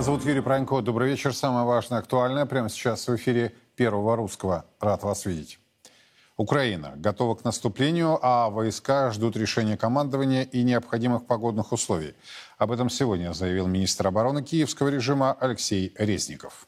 зовут Юрий Пронько. Добрый вечер. Самое важное, актуальное прямо сейчас в эфире Первого Русского. Рад вас видеть. Украина готова к наступлению, а войска ждут решения командования и необходимых погодных условий. Об этом сегодня заявил министр обороны киевского режима Алексей Резников.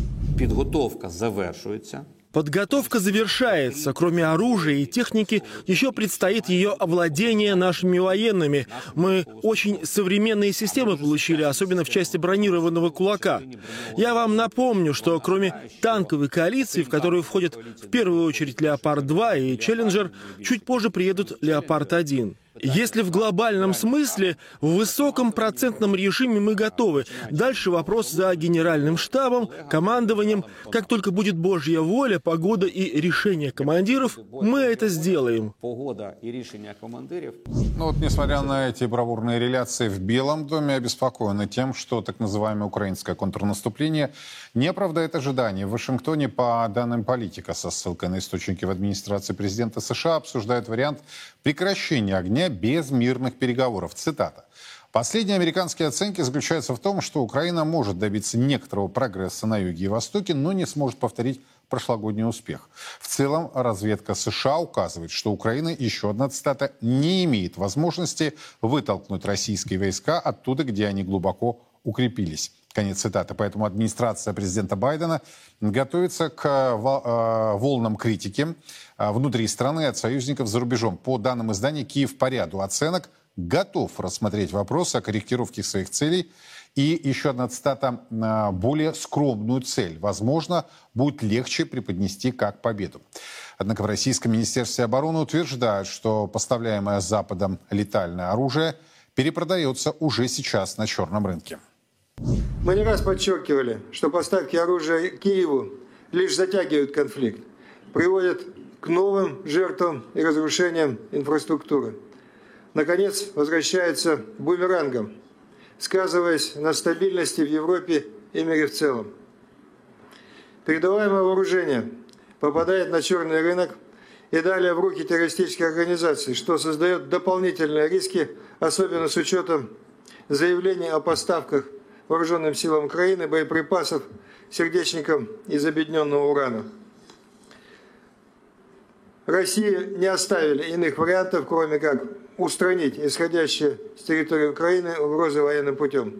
Подготовка завершается. Подготовка завершается. Кроме оружия и техники, еще предстоит ее овладение нашими военными. Мы очень современные системы получили, особенно в части бронированного кулака. Я вам напомню, что кроме танковой коалиции, в которую входят в первую очередь «Леопард-2» и «Челленджер», чуть позже приедут «Леопард-1». Если в глобальном смысле, в высоком процентном режиме мы готовы. Дальше вопрос за генеральным штабом, командованием. Как только будет Божья воля, погода и решение командиров, мы это сделаем. Погода и решение командиров. Ну вот, несмотря на эти бравурные реляции, в Белом доме обеспокоены тем, что так называемое украинское контрнаступление не оправдает ожиданий. В Вашингтоне, по данным Политика, со ссылкой на источники в администрации президента США, обсуждают вариант прекращения огня без мирных переговоров. Цитата. Последние американские оценки заключаются в том, что Украина может добиться некоторого прогресса на юге и востоке, но не сможет повторить прошлогодний успех. В целом, разведка США указывает, что Украина, еще одна цитата, не имеет возможности вытолкнуть российские войска оттуда, где они глубоко укрепились. Конец цитаты. Поэтому администрация президента Байдена готовится к волнам критики внутри страны от союзников за рубежом. По данным издания «Киев по ряду оценок» готов рассмотреть вопрос о корректировке своих целей. И еще одна цитата: более скромную цель, возможно, будет легче преподнести как победу. Однако в Российском министерстве обороны утверждают, что поставляемое Западом летальное оружие перепродается уже сейчас на черном рынке. Мы не раз подчеркивали, что поставки оружия Киеву лишь затягивают конфликт, приводят к новым жертвам и разрушениям инфраструктуры. Наконец, возвращается бумерангом, сказываясь на стабильности в Европе и мире в целом. Передаваемое вооружение попадает на черный рынок и далее в руки террористических организаций, что создает дополнительные риски, особенно с учетом заявлений о поставках вооруженным силам Украины боеприпасов сердечникам из объединенного урана. России не оставили иных вариантов, кроме как устранить исходящие с территории Украины угрозы военным путем.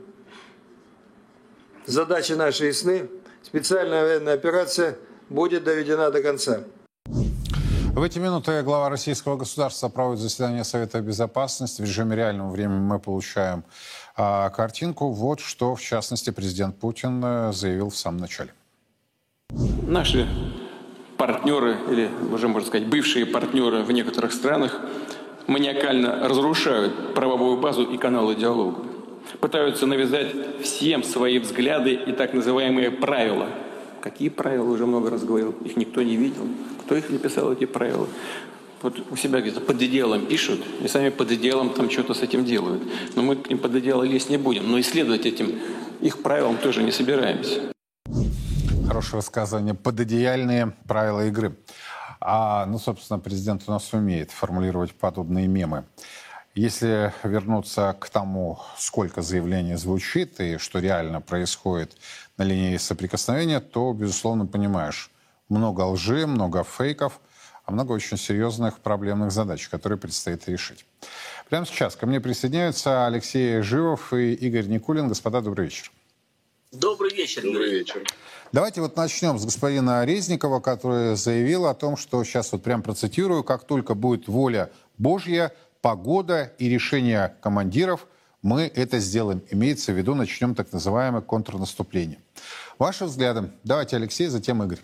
Задачи наши ясны. Специальная военная операция будет доведена до конца. В эти минуты глава российского государства проводит заседание Совета Безопасности. В режиме реального времени мы получаем картинку. Вот что, в частности, президент Путин заявил в самом начале. Наши партнеры, или, уже можно сказать, бывшие партнеры в некоторых странах маниакально разрушают правовую базу и каналы диалога. Пытаются навязать всем свои взгляды и так называемые правила. Какие правила, уже много раз говорил, их никто не видел. Кто их написал, эти правила? Вот у себя где-то под одеялом пишут, и сами под одеялом там что-то с этим делают. Но мы к ним под одеяло лезть не будем, но исследовать этим их правилам тоже не собираемся. Хорошее высказывание. Пододеяльные правила игры. Собственно, президент у нас умеет формулировать подобные мемы. Если вернуться к тому, сколько заявлений звучит и что реально происходит на линии соприкосновения, то, безусловно, понимаешь, много лжи, много фейков, а много очень серьезных проблемных задач, которые предстоит решить. Прямо сейчас ко мне присоединяются Алексей Живов и Игорь Никулин. Господа, добрый вечер. Добрый вечер. Добрый вечер. Давайте вот начнем с господина Резникова, который заявил о том, что, сейчас вот прям процитирую: как только будет воля Божья, погода и решение командиров, мы это сделаем. Имеется в виду, начнем так называемое контрнаступление. Ваши взгляды. Давайте Алексей, затем Игорь.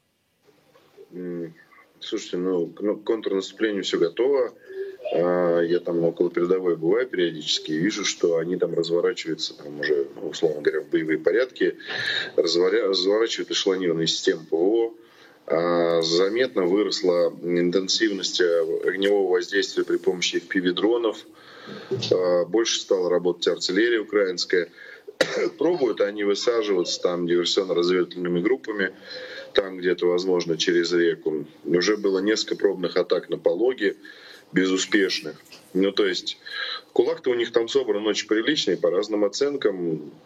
Слушайте, к контрнаступлению все готово. Я там около передовой бываю периодически и вижу, что они там разворачиваются, там уже, условно говоря, в боевые порядки, разворачивают эшелонированные системы ПВО. Заметно выросла интенсивность огневого воздействия при помощи FPV-дронов. Больше стала работать артиллерия украинская. Пробуют они высаживаться там диверсионно-разведывательными группами, там где-то, возможно, через реку. Уже было несколько пробных атак на Пологе, безуспешных. То есть кулак-то у них там собран очень приличный, по разным оценкам.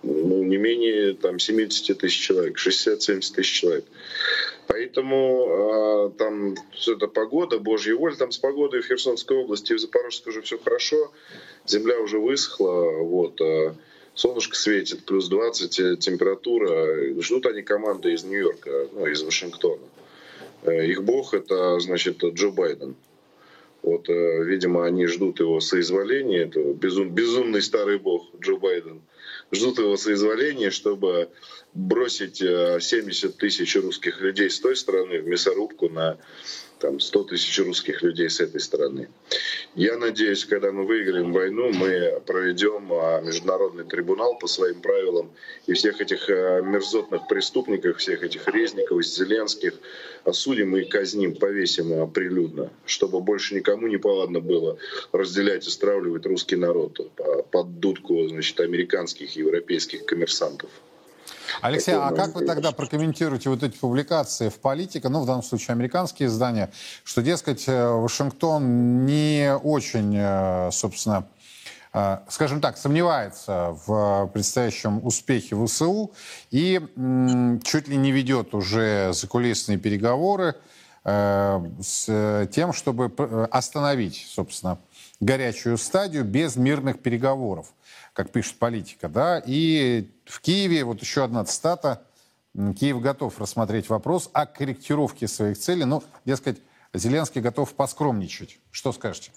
не менее там 70 тысяч человек, 60-70 тысяч человек. Поэтому там это погода, Божья воля, там с погодой в Херсонской области и в Запорожской уже все хорошо, земля уже высохла, вот, солнышко светит, плюс 20 температура, ждут они команды из Нью-Йорка, ну, из Вашингтона. Их бог — это, значит, Джо Байден. Вот, видимо, они ждут его соизволения, это безумный старый бог Джо Байден. Ждут его соизволения, чтобы бросить 70 тысяч русских людей с той стороны в мясорубку на там, 100 тысяч русских людей с этой стороны. Я надеюсь, когда мы выиграем войну, мы проведем международный трибунал по своим правилам и всех этих мерзотных преступников, всех этих резников, Зеленских осудим и казним, повесим прилюдно, чтобы больше никому не повадно было разделять и стравливать русский народ под дудку, значит, американских и европейских коммерсантов. Алексей, а как вы тогда прокомментируете вот эти публикации в «Политике», ну, в данном случае американские издания, что, дескать, Вашингтон не очень, собственно, скажем так, сомневается в предстоящем успехе ВСУ и чуть ли не ведет уже закулисные переговоры с тем, чтобы остановить, собственно, горячую стадию без мирных переговоров, как пишет «Политика», да, и в Киеве, вот еще одна цитата, Киев готов рассмотреть вопрос о корректировке своих целей, ну, дескать, Зеленский готов поскромничать. Что скажете?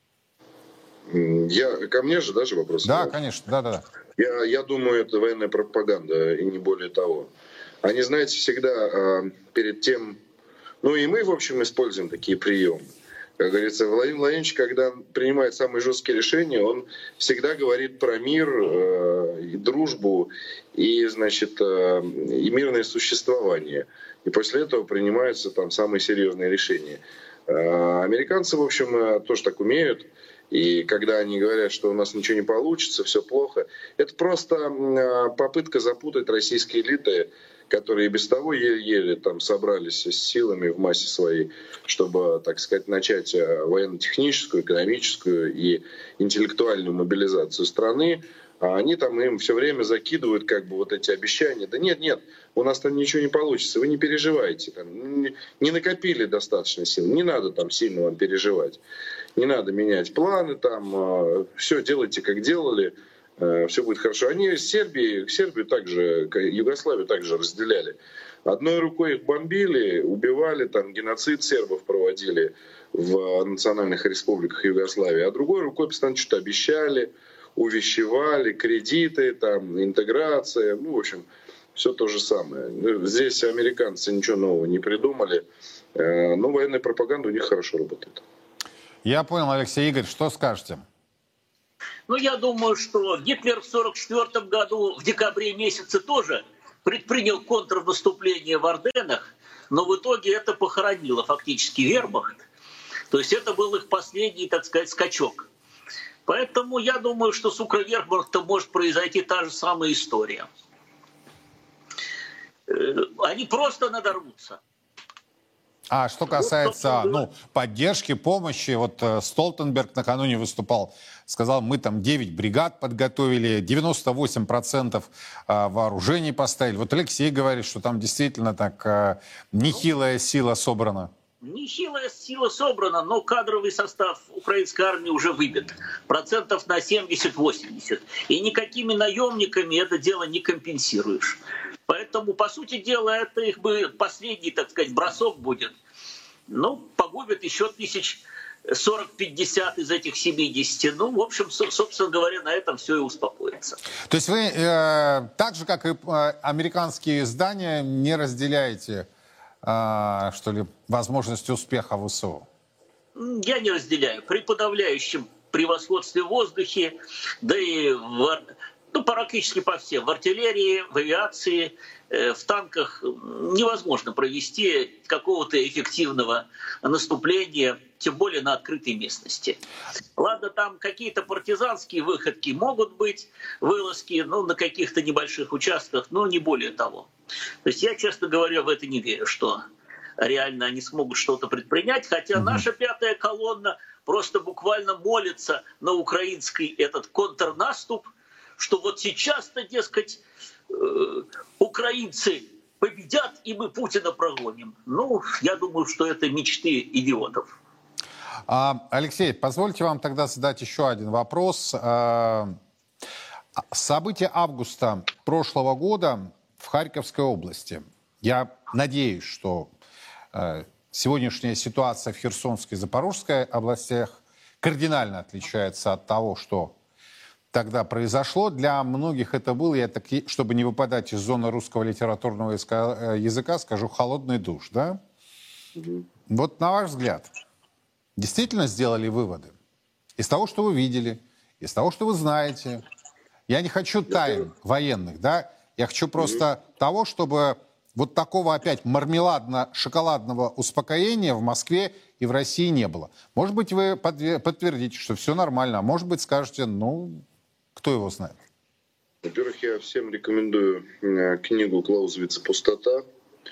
Ко мне же даже вопрос? Да, конечно, да. Я думаю, это военная пропаганда, и не более того. Они, знаете, всегда перед тем, ну и мы, в общем, используем такие приемы. Как говорится, Владимир Владимирович, когда принимает самые жесткие решения, он всегда говорит про мир и дружбу, и, значит, и мирное существование. И после этого принимаются там самые серьезные решения. Американцы, в общем, тоже так умеют. И когда они говорят, что у нас ничего не получится, все плохо, это просто попытка запутать российские элиты, которые без того еле-еле там собрались с силами в массе своей, чтобы, так сказать, начать военно-техническую, экономическую и интеллектуальную мобилизацию страны. А они там им все время закидывают как бы вот эти обещания. Да нет, у нас там ничего не получится, вы не переживайте. Там, не накопили достаточно сил, не надо там сильно вам переживать. Не надо менять планы, там, все делайте, как делали. Все будет хорошо. Они Сербию также, Югославию также разделяли. Одной рукой их бомбили, убивали, там геноцид сербов проводили в национальных республиках Югославии, а другой рукой постоянно что-то обещали, увещевали, кредиты, там, интеграция, ну, в общем, все то же самое. Здесь американцы ничего нового не придумали, но военная пропаганда у них хорошо работает. Я понял, Алексей. Игорь, что скажете? Ну, я думаю, что Гитлер в 1944 году, в декабре месяце тоже предпринял контрнаступление в Арденнах, но в итоге это похоронило фактически вермахт. То есть это был их последний, так сказать, скачок. Поэтому я думаю, что с Укрвермахтом может произойти та же самая история. Они просто надорвутся. А что касается поддержки, помощи, вот Столтенберг накануне выступал, сказал, мы там 9 бригад подготовили, 98% вооружений поставили. Вот Алексей говорит, что там действительно так нехилая сила собрана. Нехилая сила собрана, но кадровый состав украинской армии уже выбит. Процентов на 70-80. И никакими наемниками это дело не компенсируешь. Поэтому, по сути дела, это их бы последний, так сказать, бросок будет. Ну, погубят еще 40-50 из этих 70. Ну, в общем, собственно говоря, на этом все и успокоится. То есть вы, так же, как и американские издания, не разделяете, что ли, возможности успеха ВСУ? Я не разделяю. При подавляющем превосходстве в воздухе, да и практически по всем. В артиллерии, в авиации, в танках невозможно провести какого-то эффективного наступления, тем более на открытой местности. Ладно, там какие-то партизанские выходки могут быть, вылазки, на каких-то небольших участках, но не более того. То есть я, честно говоря, в это не верю, что реально они смогут что-то предпринять, хотя наша пятая колонна просто буквально молится на украинский этот контрнаступ, что вот сейчас-то, дескать, украинцы победят, и мы Путина прогоним. Ну, я думаю, что это мечты идиотов. Алексей, позвольте вам тогда задать еще один вопрос. События августа прошлого года в Харьковской области. Я надеюсь, что сегодняшняя ситуация в Херсонской и Запорожской областях кардинально отличается от того, что тогда произошло. Для многих это был, я так, чтобы не выпадать из зоны русского литературного языка, скажу, холодный душ, да? Вот на ваш взгляд, действительно сделали выводы? Из того, что вы видели, из того, что вы знаете. Я не хочу тайн военных, да? Я хочу просто того, чтобы вот такого опять мармеладно-шоколадного успокоения в Москве и в России не было. Может быть, вы подтвердите, что все нормально, а может быть, скажете, ну, кто его знает? Во-первых, я всем рекомендую книгу Клаузевица «Пустота».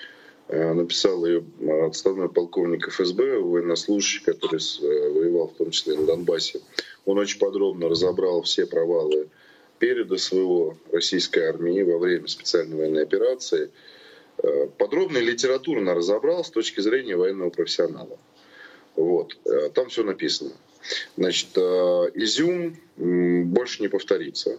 Написал ее отставной полковник ФСБ, военнослужащий, который воевал в том числе на Донбассе. Он очень подробно разобрал все провалы переда СВО российской армии во время специальной военной операции. Подробно и литературно разобрал с точки зрения военного профессионала. Вот. Там все написано. Значит, Изюм больше не повторится.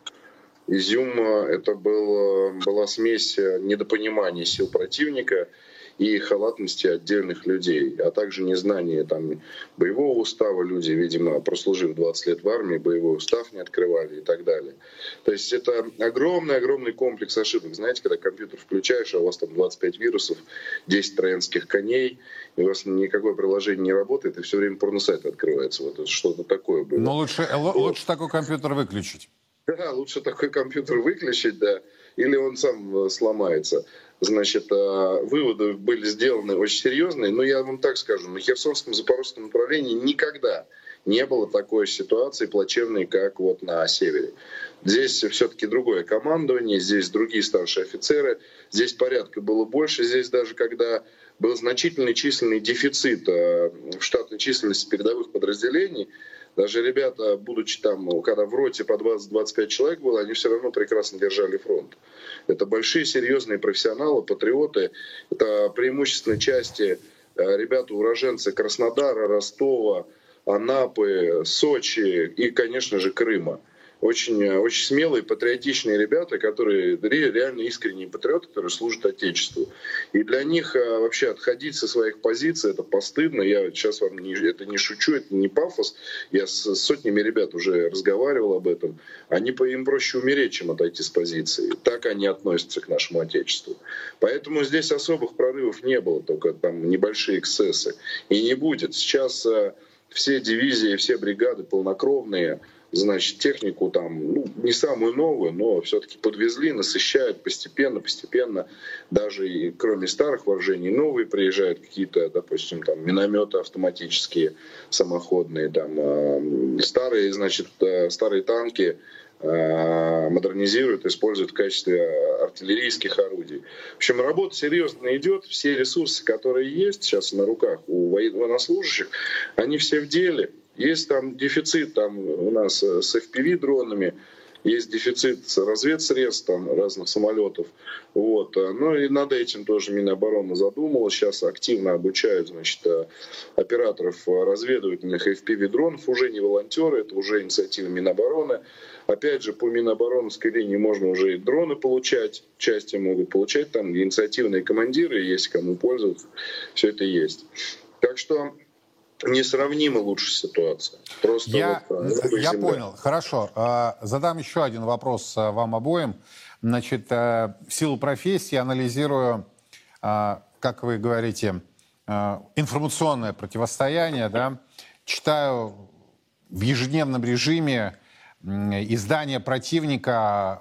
Изюм — это была смесь недопонимания сил противника и халатности отдельных людей, а также незнание там боевого устава. Люди, видимо, прослужив 20 лет в армии, боевой устав не открывали и так далее. То есть это огромный комплекс ошибок. Знаете, когда компьютер включаешь, а у вас там 25 вирусов, 10 троянских коней, и у вас никакое приложение не работает, и все время порносайт открывается. Вот что-то такое было. Но лучше такой компьютер выключить. Да, лучше такой компьютер выключить, да, или он сам сломается. Значит, выводы были сделаны очень серьезные, но я вам так скажу, на Херсонском, Запорожском направлении никогда не было такой ситуации плачевной, как вот на севере. Здесь все-таки другое командование, здесь другие старшие офицеры, здесь порядка было больше, здесь даже когда был значительный численный дефицит в штатной численности передовых подразделений, даже ребята, будучи там, когда в роте по 20-25 человек было, они все равно прекрасно держали фронт. Это большие, серьезные профессионалы, патриоты. Это преимущественной части ребята, уроженцы Краснодара, Ростова, Анапы, Сочи и, конечно же, Крыма. Очень смелые, патриотичные ребята, которые реально искренние патриоты, которые служат Отечеству. И для них вообще отходить со своих позиций — это постыдно. Я сейчас вам это не шучу, это не пафос. Я с сотнями ребят уже разговаривал об этом. Им проще умереть, чем отойти с позиции. Так они относятся к нашему Отечеству. Поэтому здесь особых прорывов не было, только там небольшие эксцессы. И не будет. Сейчас все дивизии, все бригады полнокровные. Значит, технику там, не самую новую, но все-таки подвезли, насыщают постепенно. Даже и кроме старых вооружений новые приезжают какие-то, допустим, там минометы автоматические, самоходные, там старые танки модернизируют, используют в качестве артиллерийских орудий. В общем, работа серьезно идет. Все ресурсы, которые есть сейчас на руках у военнослужащих, они все в деле. Есть там дефицит у нас с FPV-дронами, есть дефицит разведсредств, разных самолетов. Вот. Ну и над этим тоже Минобороны задумалась. Сейчас активно обучают, операторов разведывательных FPV-дронов. Уже не волонтеры, это уже инициатива Минобороны. Опять же, по Минобороновской линии можно уже и дроны получать. Части могут получать, там инициативные командиры, есть кому пользоваться. Все это есть. Так что несравнимо лучше ситуация. Просто я понял. Хорошо. Задам еще один вопрос вам обоим. Значит, в силу профессии анализирую, как вы говорите, информационное противостояние, да, читаю в ежедневном режиме издания противника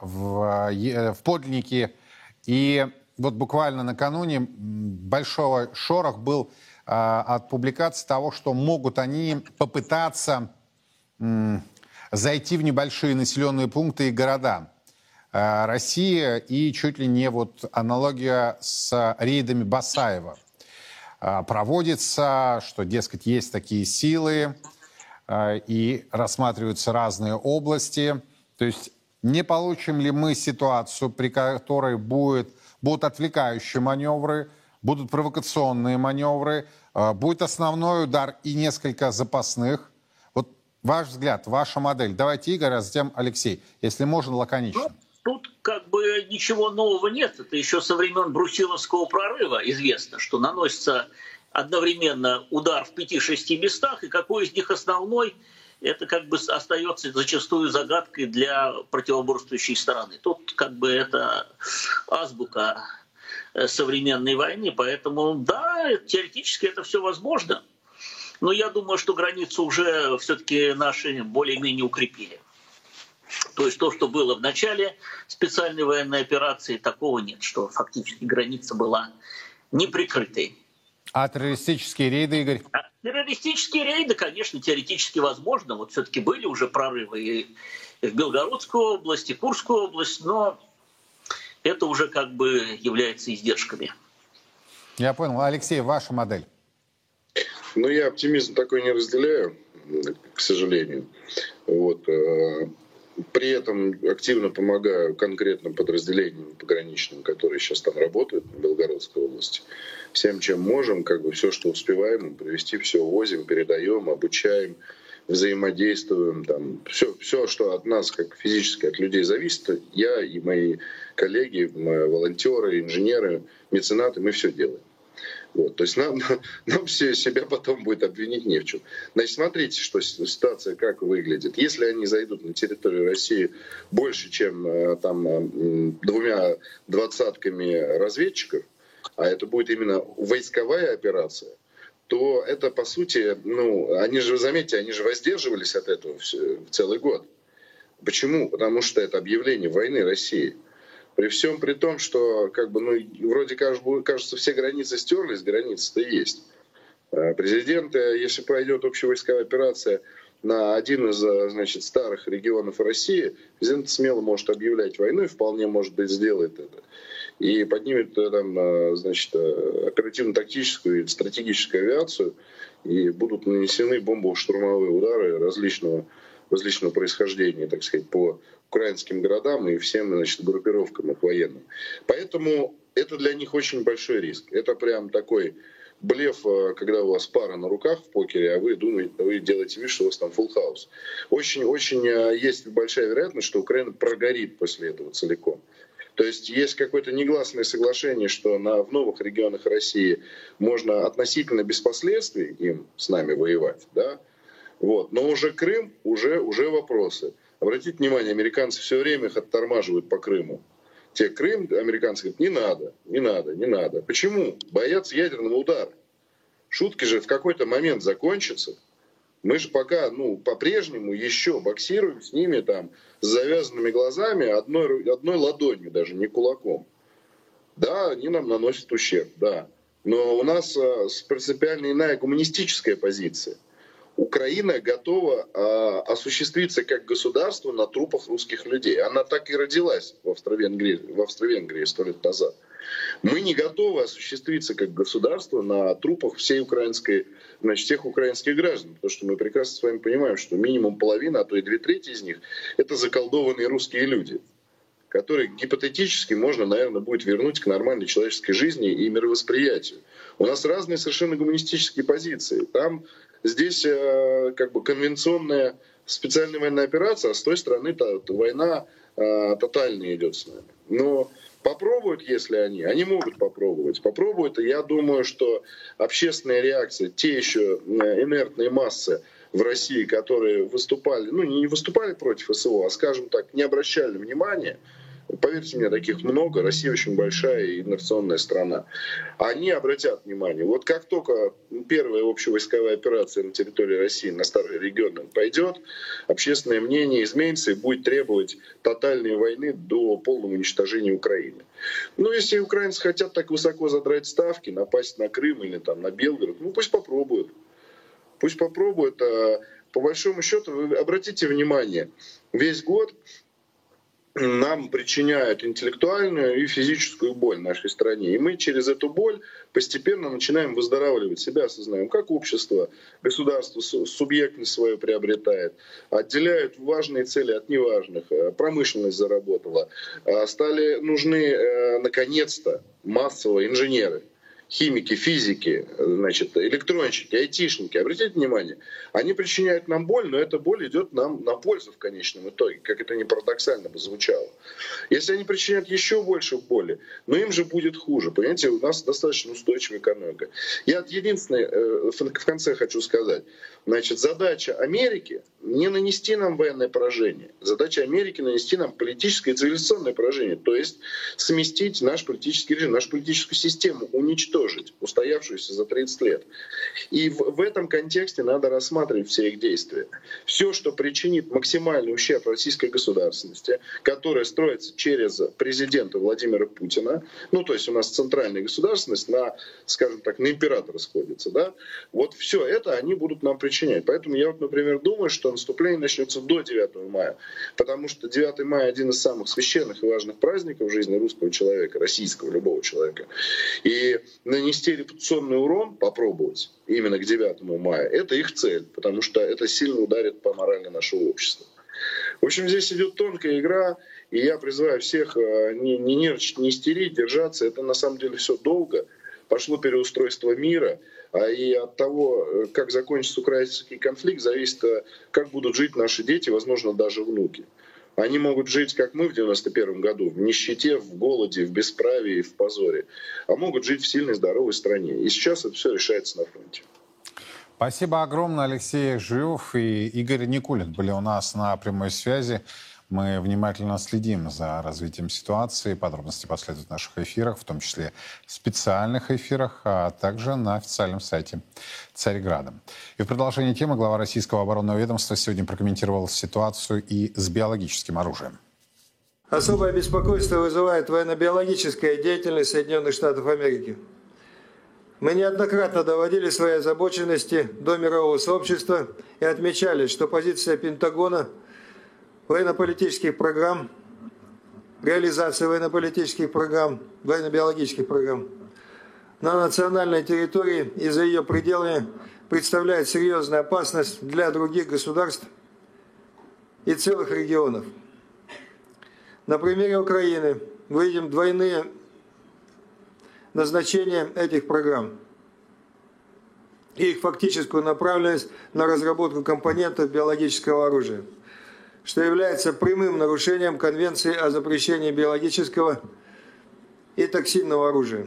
в подлиннике. И вот буквально накануне большой шорох был от публикации того, что могут они попытаться зайти в небольшие населенные пункты и города России, и чуть ли не аналогия с рейдами Басаева проводится, что, дескать, есть такие силы и рассматриваются разные области. То есть Не получим ли мы ситуацию, при которой будут отвлекающие маневры, будут провокационные маневры, будет основной удар и несколько запасных? Вот ваш взгляд, ваша модель. Давайте, Игорь, а затем Алексей. Если можно, лаконично. Тут как бы ничего нового нет. Это еще со времен Брусиловского прорыва известно, что наносится одновременно удар в 5-6 местах, и какой из них основной, это как бы остается зачастую загадкой для противоборствующей стороны. Тут как бы это азбука современной войны, поэтому да, теоретически это все возможно, но я думаю, что границу уже все-таки наши более-менее укрепили. То есть то, что было в начале специальной военной операции, такого нет, что фактически граница была неприкрытой. А террористические рейды, Игорь? Террористические рейды, конечно, теоретически возможно. Вот все-таки были уже прорывы и в Белгородскую область, и Курскую область, но это уже как бы является издержками. Я понял. Алексей, ваша модель? Ну, я оптимизм такой не разделяю, к сожалению. Вот. При этом активно помогаю конкретным подразделениям пограничным, которые сейчас там работают в Белгородской области. Всем, чем можем, как бы все, что успеваем, привезти, все возим, передаем, обучаем, взаимодействуем. Там, все, что от нас, как физически от людей зависит, я и мои коллеги, волонтеры, инженеры, меценаты, мы все делаем. Вот, то есть нам все себя потом будет обвинить не в чем. Значит, смотрите, что ситуация как выглядит. Если они зайдут на территорию России больше, чем там 2 двадцатками разведчиков, а это будет именно войсковая операция, то это, по сути, они же, заметьте, они же воздерживались от этого целый год. Почему? Потому что это объявление войны России. При всем при том, что вроде кажется, все границы стерлись, границы-то есть. Президент, если пройдет общевойсковая операция на один из старых регионов России, президент смело может объявлять войну и вполне, может быть, сделает это. И поднимет там, оперативно-тактическую и стратегическую авиацию, и будут нанесены бомбово-штурмовые удары различного происхождения, так сказать, по украинским городам и всем, группировкам их военным. Поэтому это для них очень большой риск. Это прям такой блеф, когда у вас пара на руках в покере, а вы делаете вид, что у вас там full house. Очень есть большая вероятность, что Украина прогорит после этого целиком. То есть есть какое-то негласное соглашение, что в новых регионах России можно относительно без последствий им с нами воевать, да? Вот. Но уже Крым, уже вопросы. Обратите внимание, американцы все время их оттормаживают по Крыму. Крым, американцы говорят, не надо. Почему? Боятся ядерного удара. Шутки же в какой-то момент закончатся. Мы же пока, по-прежнему еще боксируем с ними там с завязанными глазами, одной ладонью, даже не кулаком. Да, они нам наносят ущерб, да. Но у нас принципиально иная гуманистическая позиция. Украина готова осуществиться как государство на трупах русских людей. Она так и родилась в Австро-Венгрии 100 лет назад. Мы не готовы осуществиться как государство на трупах всех украинских граждан. Потому что мы прекрасно с вами понимаем, что минимум половина, а то и 2/3 из них — это заколдованные русские люди, которые гипотетически можно, наверное, будет вернуть к нормальной человеческой жизни и мировосприятию. У нас разные совершенно гуманистические позиции. Здесь конвенционная специальная военная операция, а с той стороны война тотальная идет с нами. Но попробуют, если они могут попробовать. Попробуют, и я думаю, что общественная реакция, те еще инертные массы в России, которые выступали, не выступали против СВО, а, скажем так, не обращали внимания. Поверьте мне, таких много. Россия очень большая и инерционная страна. Они обратят внимание. Вот как только первая общевойсковая операция на территории России, на старые регионы пойдет, общественное мнение изменится и будет требовать тотальной войны до полного уничтожения Украины. Но если украинцы хотят так высоко задрать ставки, напасть на Крым или на Белгород, пусть попробуют. Пусть попробуют. По большому счету, вы обратите внимание, весь год нам причиняют интеллектуальную и физическую боль в нашей стране. И мы через эту боль постепенно начинаем выздоравливать, себя осознаем, как общество, государство субъектность свою приобретает, отделяют важные цели от неважных, промышленность заработала, стали нужны, наконец-то, массово инженеры. Химики, физики, значит, электронщики, айтишники, обратите внимание, они причиняют нам боль, но эта боль идет нам на пользу в конечном итоге, как это не парадоксально бы звучало. Если они причиняют еще больше боли, но им же будет хуже. Понимаете, у нас достаточно устойчивая экономика. Я единственное в конце хочу сказать. Значит, задача Америки не нанести нам военное поражение. Задача Америки нанести нам политическое и цивилизационное поражение. То есть сместить наш политический режим, нашу политическую систему, уничтожить, устоявшуюся за 30 лет. И в этом контексте надо рассматривать все их действия. Все, что причинит максимальный ущерб российской государственности, которая строится через президента Владимира Путина, ну то есть у нас центральная государственность на, скажем так, на императора сходится, да, вот все это они будут нам причинять. Поэтому я вот, например, думаю, что наступление начнется до 9 мая, потому что 9 мая один из самых священных и важных праздников в жизни русского человека, российского, любого человека. И нанести репутационный урон, попробовать именно к 9 мая, это их цель, потому что это сильно ударит по морали нашего общества. В общем, здесь идет тонкая игра, и я призываю всех не нервничать, не истерить, держаться. Это на самом деле все долго. Пошло переустройство мира, и от того, как закончится украинский конфликт, зависит, как будут жить наши дети, возможно, даже внуки. Они могут жить, как мы в 91 году, в нищете, в голоде, в бесправии, в позоре. А могут жить в сильной, здоровой стране. И сейчас это все решается на фронте. Спасибо огромное. Алексей Живов и Игорь Никулин были у нас на прямой связи. Мы внимательно следим за развитием ситуации. Подробности последуют в наших эфирах, в том числе в специальных эфирах, а также на официальном сайте Царьграда. И в продолжении темы глава российского оборонного ведомства сегодня прокомментировал ситуацию и с биологическим оружием. Особое беспокойство вызывает военно-биологическая деятельность Соединенных Штатов Америки. Мы неоднократно доводили свои озабоченности до мирового сообщества и отмечали, что позиция Пентагона военно-политических программ, реализация военно-политических программ, военно-биологических программ на национальной территории и за ее пределами представляет серьезную опасность для других государств и целых регионов. На примере Украины мы видим двойные назначения этих программ и их фактическую направленность на разработку компонентов биологического оружия, что является прямым нарушением Конвенции о запрещении биологического и токсинного оружия.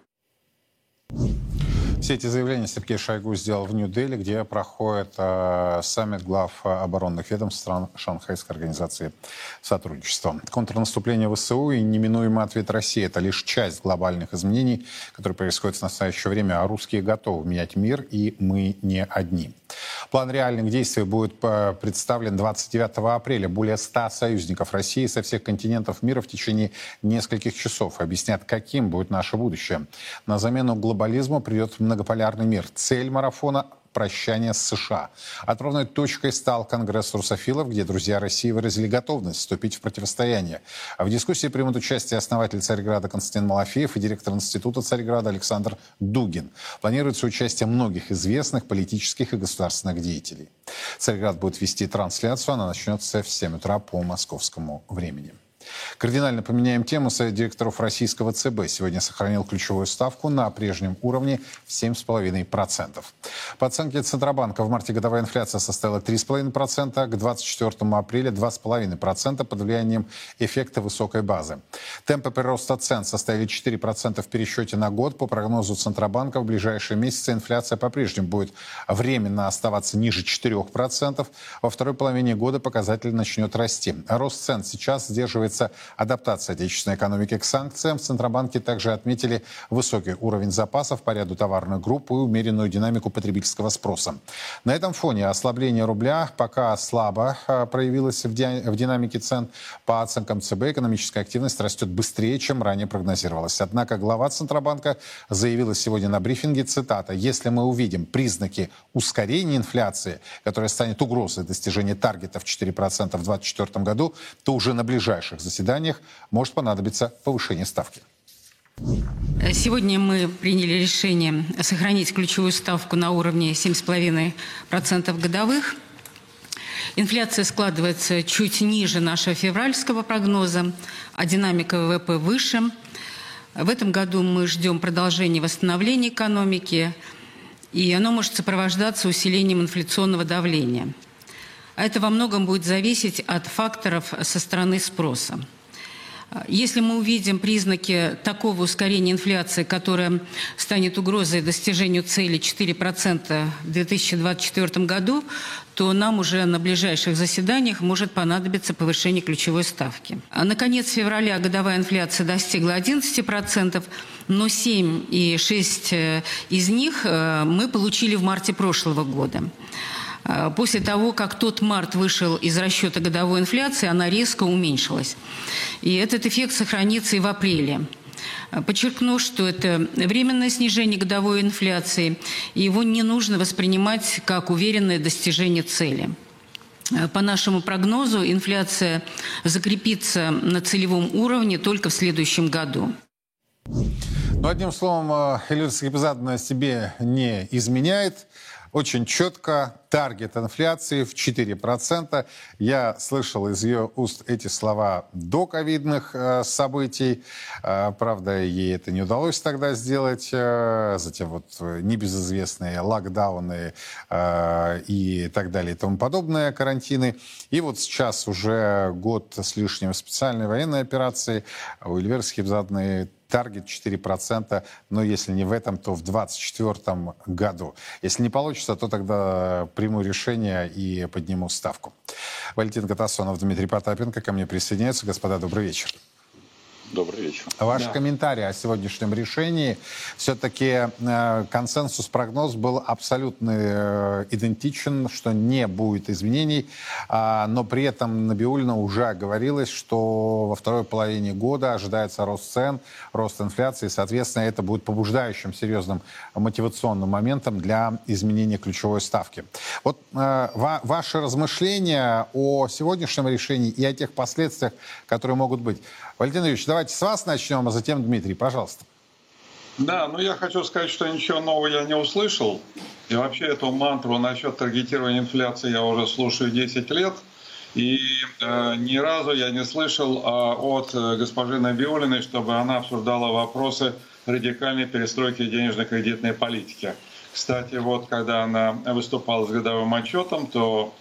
Все эти заявления Сергей Шойгу сделал в Нью-Дели, где проходит саммит глав оборонных ведомств стран Шанхайской организации сотрудничества. Контрнаступление ВСУ и неминуемый ответ России – это лишь часть глобальных изменений, которые происходят в настоящее время. А русские готовы менять мир, и мы не одни. План реальных действий будет представлен 29 апреля. Более 100 союзников России со всех континентов мира в течение нескольких часов объяснят, каким будет наше будущее. На замену глобализму придет многополярный мир. Цель марафона – прощание с США. Отправной точкой стал Конгресс русофилов, где друзья России выразили готовность вступить в противостояние. В дискуссии примут участие основатель Царьграда Константин Малафеев и директор Института Царьграда Александр Дугин. Планируется участие многих известных политических и государственных деятелей. Царьград будет вести трансляцию. Она начнется в 7 утра по московскому времени. Кардинально поменяем тему. Совет директоров российского ЦБ сегодня сохранил ключевую ставку на прежнем уровне в 7,5%. По оценке Центробанка, в марте годовая инфляция составила 3,5%, к 24 апреля 2,5% под влиянием эффекта высокой базы. Темпы прироста цен составили 4% в пересчете на год. По прогнозу Центробанка, в ближайшие месяцы инфляция по-прежнему будет временно оставаться ниже 4%. Во второй половине года показатель начнет расти. Рост цен сейчас сдерживается адаптация отечественной экономики к санкциям. В Центробанке также отметили высокий уровень запасов по ряду товарных групп и умеренную динамику потребительского спроса. На этом фоне ослабление рубля пока слабо проявилось в динамике цен. По оценкам ЦБ, экономическая активность растет быстрее, чем ранее прогнозировалось. Однако глава Центробанка заявила сегодня на брифинге, цитата: «Если мы увидим признаки ускорения инфляции, которая станет угрозой достижения таргета в 4% в 2024 году, то уже на ближайших заседаниях может понадобиться повышение ставки. Сегодня мы приняли решение сохранить ключевую ставку на уровне 7,5% годовых. Инфляция складывается чуть ниже нашего февральского прогноза, а динамика ВВП выше. В этом году мы ждем продолжения восстановления экономики, и оно может сопровождаться усилением инфляционного давления. А это во многом будет зависеть от факторов со стороны спроса. Если мы увидим признаки такого ускорения инфляции, которая станет угрозой достижению цели 4% в 2024 году, то нам уже на ближайших заседаниях может понадобиться повышение ключевой ставки. А на конец февраля годовая инфляция достигла 11%, но 7,6% из них мы получили в марте прошлого года. После того, как тот март вышел из расчета годовой инфляции, она резко уменьшилась. И этот эффект сохранится и в апреле. Подчеркну, что это временное снижение годовой инфляции, и его не нужно воспринимать как уверенное достижение цели. По нашему прогнозу, инфляция закрепится на целевом уровне только в следующем году. Но одним словом, Эльвира Скипизадовна себе не изменяет. Очень четко таргет инфляции в 4%. Я слышал из ее уст эти слова до ковидных событий. Правда, ей это не удалось тогда сделать. Затем вот небезызвестные локдауны и так далее и тому подобное, карантины. И вот сейчас уже год с лишним специальной военной операции. У Эльвиры Скипизадовны таргет 4%, но если не в этом, то в 2024 году. Если не получится, то тогда приму решение и подниму ставку. Валентин Катасонов, Дмитрий Потапенко ко мне присоединяются. Господа, добрый вечер. Добрый вечер. Ваш комментарий о сегодняшнем решении. Все-таки консенсус, прогноз был абсолютно идентичен, что не будет изменений. Но при этом Набиуллина уже говорилось, что во второй половине года ожидается рост цен, рост инфляции. Соответственно, это будет побуждающим, серьезным мотивационным моментом для изменения ключевой ставки. Вот ваши размышления о сегодняшнем решении и о тех последствиях, которые могут быть. Валентин Юрьевич, давайте с вас начнем, а затем Дмитрий, пожалуйста. Да, я хочу сказать, что ничего нового я не услышал. И вообще эту мантру насчет таргетирования инфляции я уже слушаю 10 лет. И ни разу я не слышал от госпожи Набиуллиной, чтобы она обсуждала вопросы радикальной перестройки денежно-кредитной политики. Кстати, вот когда она выступала с годовым отчетом, то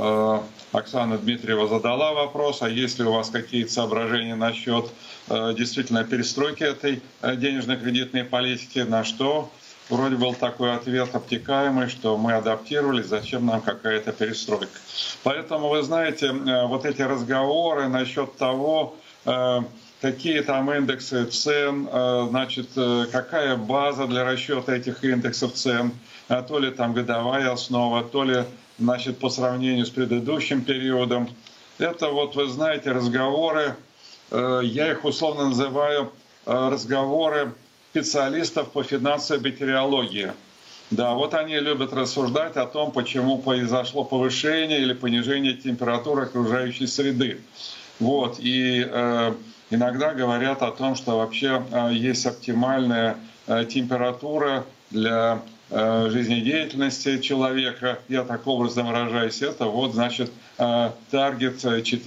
Оксана Дмитриева задала вопрос, а есть ли у вас какие-то соображения насчет действительно перестройки этой денежно-кредитной политики, на что вроде был такой ответ обтекаемый, что мы адаптировались, зачем нам какая-то перестройка. Поэтому, вы знаете, вот эти разговоры насчет того, какие там индексы цен, значит, какая база для расчета этих индексов цен, то ли там годовая основа, то ли, значит, по сравнению с предыдущим периодом. Это вот, вы знаете, разговоры, я их условно называю разговоры специалистов по финансовой метеорологии. Да, вот они любят рассуждать о том, почему произошло повышение или понижение температуры окружающей среды. Вот, и иногда говорят о том, что вообще есть оптимальная температура для жизнедеятельности человека. Я так образно выражаюсь, это вот, значит, таргет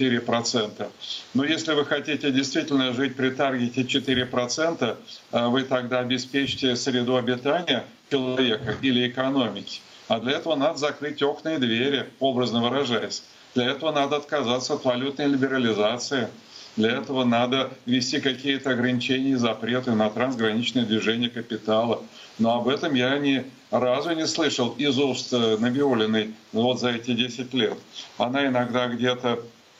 4%. Но если вы хотите действительно жить при таргете 4%, вы тогда обеспечите среду обитания человека или экономики. А для этого надо закрыть окна и двери, образно выражаясь. Для этого надо отказаться от валютной либерализации. Для этого надо ввести какие-то ограничения и запреты на трансграничное движение капитала. Но об этом я ни разу не слышал из уст Набиуллиной вот за эти 10 лет. Она иногда где-то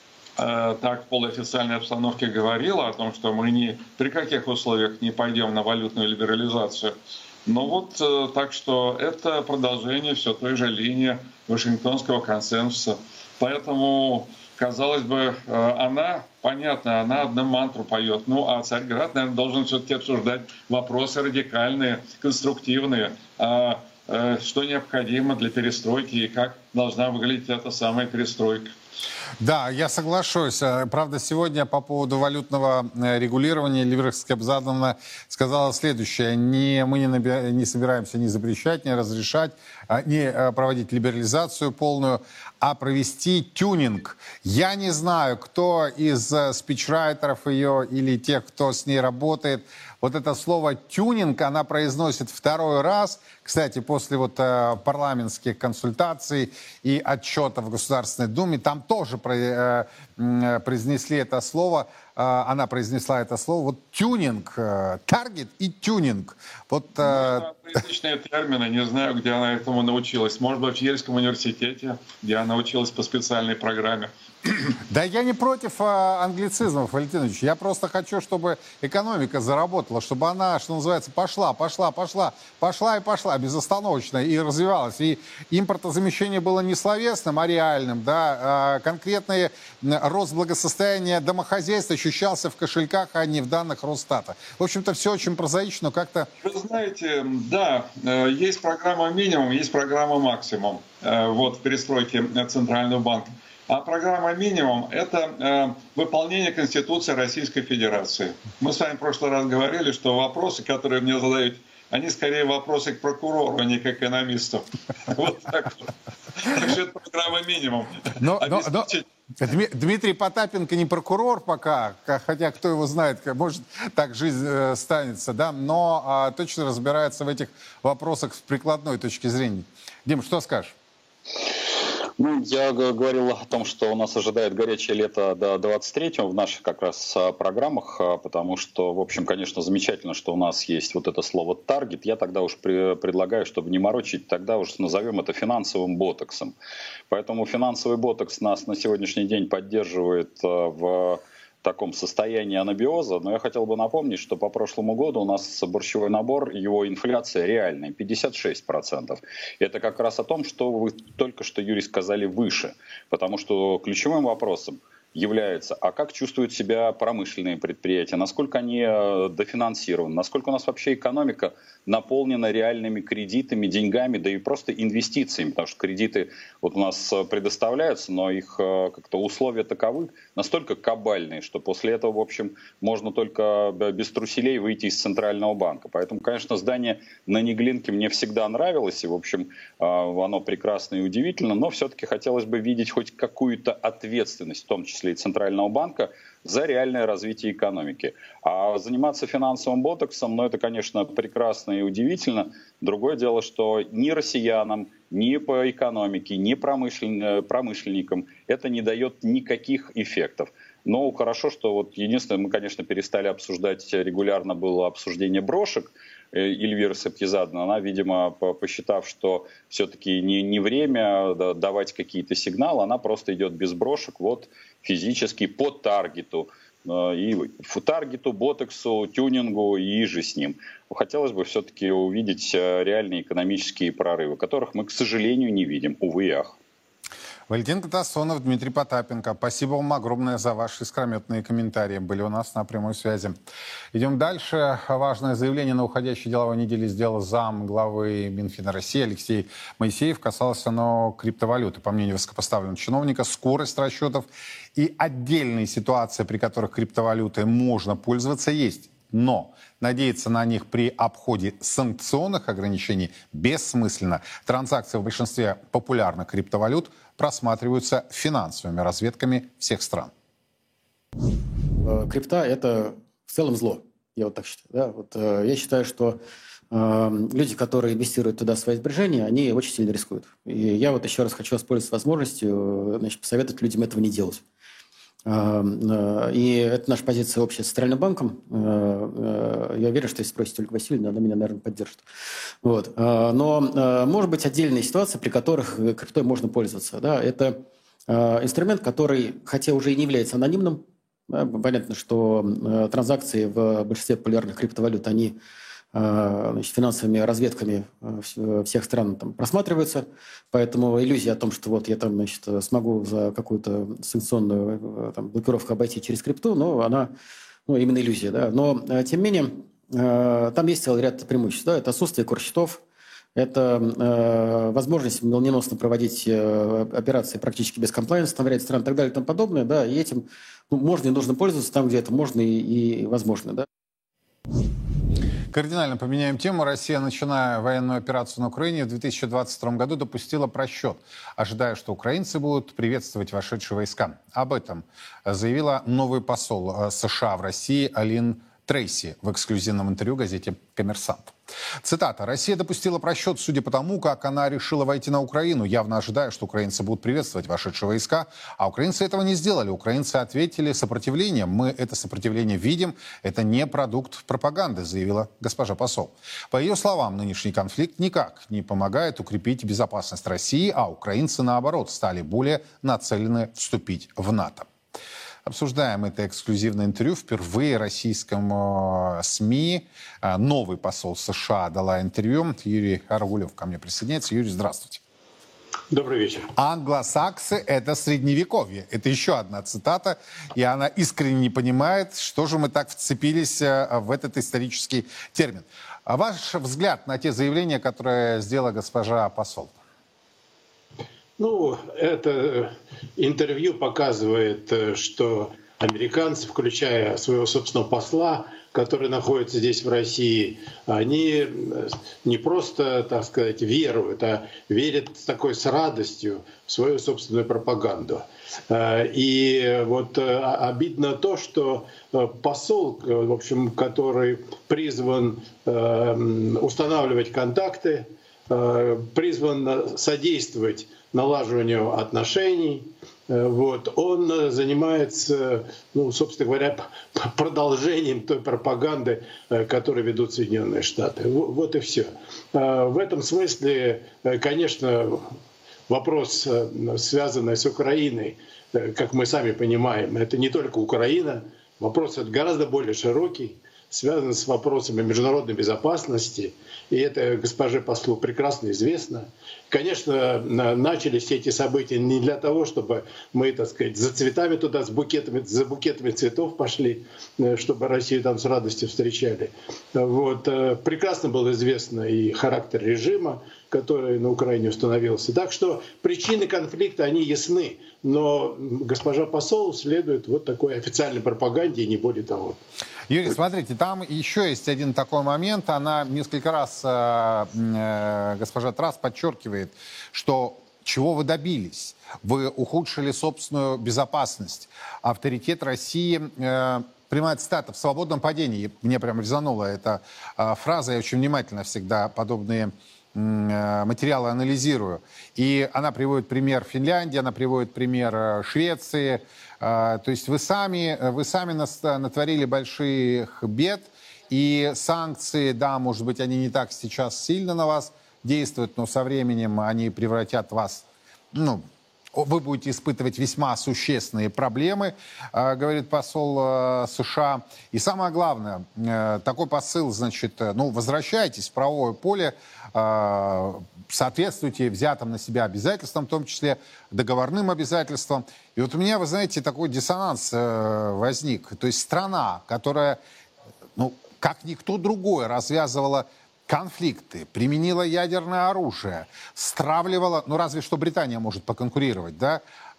так в полуофициальной обстановке говорила о том, что мы ни при каких условиях не пойдем на валютную либерализацию. Но вот так что это продолжение все той же линии Вашингтонского консенсуса. Поэтому, казалось бы, она, понятно, она одну мантру поет. Ну, а Царьград, наверное, должен все-таки обсуждать вопросы радикальные, конструктивные. А что необходимо для перестройки и как должна выглядеть эта самая перестройка. Да, я соглашусь. Правда, сегодня по поводу валютного регулирования Эльвира Скебзадовна сказала следующее. Мы не собираемся ни запрещать, ни разрешать, не проводить либерализацию полную, а провести тюнинг. Я не знаю, кто из спичрайтеров ее или тех, кто с ней работает, вот это слово «тюнинг» она произносит второй раз. Кстати, после вот парламентских консультаций и отчетов в Государственной Думе, там тоже произнесли это слово, она произнесла это слово, вот тюнинг, таргет и тюнинг. Вот, это отличные термины, не знаю, где она этому научилась. Может быть, в Ельском университете, где она училась по специальной программе. Да я не против англицизмов, Валентин Ильич. Я просто хочу, чтобы экономика заработала, чтобы она, что называется, пошла безостановочно и развивалась. И импортозамещение было не словесным, а реальным. Да? Конкретный рост благосостояния домохозяйств ощущался в кошельках, а не в данных Росстата. В общем-то, все очень прозаично, но как-то... Вы знаете, да, есть программа минимум, есть программа максимум вот, в перестройке Центрального банка. А программа «Минимум» — это выполнение Конституции Российской Федерации. Мы с вами в прошлый раз говорили, что вопросы, которые мне задают, они скорее вопросы к прокурору, а не к экономисту. Вот так вот. Так что это программа «Минимум». Дмитрий Потапенко не прокурор пока, хотя кто его знает, может так жизнь станется, да, но точно разбирается в этих вопросах с прикладной точки зрения. Дим, что скажешь? Ну, я говорил о том, что у нас ожидает горячее лето до 23-го в наших как раз программах, потому что, в общем, конечно, замечательно, что у нас есть вот это слово «таргет». Я тогда уж предлагаю, чтобы не морочить, тогда уж назовем это финансовым ботоксом. Поэтому финансовый ботокс нас на сегодняшний день поддерживает в таком состоянии анабиоза, но я хотел бы напомнить, что по прошлому году у нас борщевой набор, его инфляция реальная 56%. Это как раз о том, что вы только что, Юрий, сказали выше, потому что ключевым вопросом является, а как чувствуют себя промышленные предприятия, насколько они дофинансированы, насколько у нас вообще экономика наполнена реальными кредитами, деньгами, да и просто инвестициями, потому что кредиты вот у нас предоставляются, но их как-то условия таковы, настолько кабальные, что после этого, в общем, можно только без труселей выйти из Центрального банка. Поэтому, конечно, здание на Неглинке мне всегда нравилось, и, в общем, оно прекрасно и удивительно, но все-таки хотелось бы видеть хоть какую-то ответственность, в том числе и Центрального банка, за реальное развитие экономики. А заниматься финансовым ботоксом, ну это, конечно, прекрасно и удивительно. Другое дело, что ни россиянам, ни по экономике, ни промышленникам это не дает никаких эффектов. Но хорошо, что вот единственное, мы, конечно, перестали обсуждать, регулярно было обсуждение брошек. Эльвира Скебзадовна, она, видимо, посчитав, что все-таки не время давать какие-то сигналы, она просто идет без брошек, вот физически по таргету. И таргету, ботоксу, тюнингу и же с ним. Хотелось бы все-таки увидеть реальные экономические прорывы, которых мы, к сожалению, не видим, увы и ах. Валентин Катасонов, Дмитрий Потапенко. Спасибо вам огромное за ваши искрометные комментарии. Были у нас на прямой связи. Идем дальше. Важное заявление на уходящей деловой неделе сделал зам главы Минфина России Алексей Моисеев. Касалось оно криптовалюты. По мнению высокопоставленного чиновника, скорость расчетов и отдельные ситуации, при которых криптовалютой можно пользоваться, есть. Но надеяться на них при обходе санкционных ограничений бессмысленно. Транзакции в большинстве популярных криптовалют просматриваются финансовыми разведками всех стран. Крипта – это в целом зло, я вот так считаю. Да? Вот, я считаю, что люди, которые инвестируют туда свои сбережения, они очень сильно рискуют. И я вот еще раз хочу воспользоваться возможностью, посоветовать людям этого не делать. И это наша позиция общая с Центральным банком. Я уверен, что если спросите Ольгу Васильевну, она меня, наверное, поддержит. Вот. Но может быть отдельные ситуации, при которых криптой можно пользоваться. Да? Это инструмент, который, хотя уже и не является анонимным, да, понятно, что транзакции в большинстве популярных криптовалют, они финансовыми разведками всех стран там просматриваются, поэтому иллюзия о том, что вот я там, смогу за какую-то санкционную блокировку обойти через крипту, но она, именно иллюзия, да. Но тем не менее там есть целый ряд преимуществ, да, это отсутствие корсчетов, это возможность молниеносно проводить операции практически без комплайенса в ряде стран и так далее и тому подобное, да, и этим можно и нужно пользоваться там, где это можно и возможно, да. Кардинально поменяем тему. Россия, начиная военную операцию на Украине в 2022 году, допустила просчет, ожидая, что украинцы будут приветствовать вошедшие войска. Об этом заявила новый посол США в России Алин Трейси в эксклюзивном интервью газете «Коммерсант». Цитата. «Россия допустила просчет, судя по тому, как она решила войти на Украину, явно ожидая, что украинцы будут приветствовать вошедшие войска. А украинцы этого не сделали. Украинцы ответили сопротивлением. Мы это сопротивление видим. Это не продукт пропаганды», заявила госпожа посол. По ее словам, нынешний конфликт никак не помогает укрепить безопасность России, а украинцы, наоборот, стали более нацелены вступить в НАТО. Обсуждаем это эксклюзивное интервью. Впервые российскому СМИ новый посол США дала интервью. Юрий Аргулев ко мне присоединяется. Юрий, здравствуйте. Добрый вечер. Англосаксы – это средневековье. Это еще одна цитата. И она искренне не понимает, что же мы так вцепились в этот исторический термин. А ваш взгляд на те заявления, которые сделала госпожа посол? Ну, это интервью показывает, что американцы, включая своего собственного посла, который находится здесь в России, они не просто, так сказать, веруют, а верят с радостью в свою собственную пропаганду. И вот обидно то, что посол, в общем, который призван устанавливать контакты, призван содействовать налаживанию отношений, вот, он занимается, ну, собственно говоря, продолжением той пропаганды, которую ведут Соединенные Штаты. Вот и все. В этом смысле, конечно, вопрос, связанный с Украиной, как мы сами понимаем, это не только Украина, вопрос гораздо более широкий, связан с вопросами международной безопасности, и это госпоже послу прекрасно известно. Конечно, начались эти события не для того, чтобы мы, так сказать, за цветами туда, за букетами цветов пошли, чтобы Россию там с радостью встречали. Вот. Прекрасно было известно и характер режима, который на Украине установился. Так что причины конфликта, они ясны, но госпожа посол следует вот такой официальной пропаганде и не более того. Юрий, смотрите, там еще есть один такой момент. Она несколько раз, госпожа Трасс, подчеркивает, что чего вы добились? Вы ухудшили собственную безопасность. Авторитет России, прямая цитата, в свободном падении. Мне прям резанула эта фраза. Я очень внимательно всегда подобные материалы анализирую. И она приводит пример Финляндии, она приводит пример Швеции. То есть вы сами натворили больших бед, и санкции, да, может быть, они не так сейчас сильно на вас действуют, но со временем они превратят вас, ну, вы будете испытывать весьма существенные проблемы, говорит посол США. И самое главное, такой посыл, значит, ну, возвращайтесь в правовое поле, соответствуйте взятым на себя обязательствам, в том числе договорным обязательствам. И вот у меня, вы знаете, такой диссонанс возник. То есть страна, которая, ну, как никто другой, развязывала конфликты, применила ядерное оружие, стравливала, ну разве что Британия может поконкурировать, да,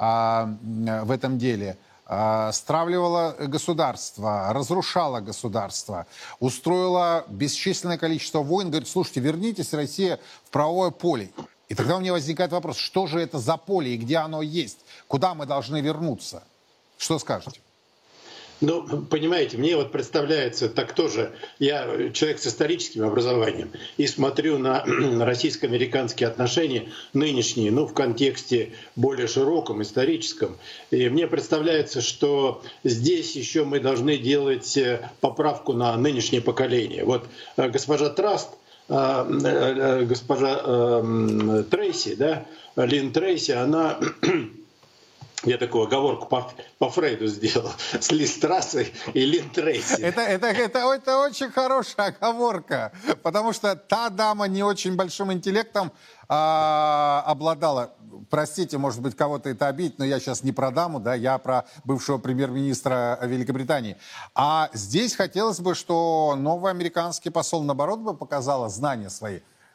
в этом деле, стравливала государство, разрушала государство, устроила бесчисленное количество войн, говорит, слушайте, вернитесь, Россия, в правовое поле. И тогда у меня возникает вопрос, что же это за поле и где оно есть, куда мы должны вернуться? Что скажете? Ну, понимаете, мне вот представляется, так тоже, я человек с историческим образованием, и смотрю на российско-американские отношения нынешние, ну, в контексте более широком, историческом. И мне представляется, что здесь еще мы должны делать поправку на нынешнее поколение. Вот госпожа Трасс, госпожа Трейси, да, Лин Трейси, она... Я такую оговорку по Фрейду сделал с Лиз Трассой и Лин Трейси. Это очень хорошая оговорка, потому что та дама не очень большим интеллектом обладала. Простите, может быть, кого-то это обидит, но я сейчас не про даму, да, я про бывшего премьер-министра Великобритании. А здесь хотелось бы, что новый американский посол, наоборот, бы показала знания свои.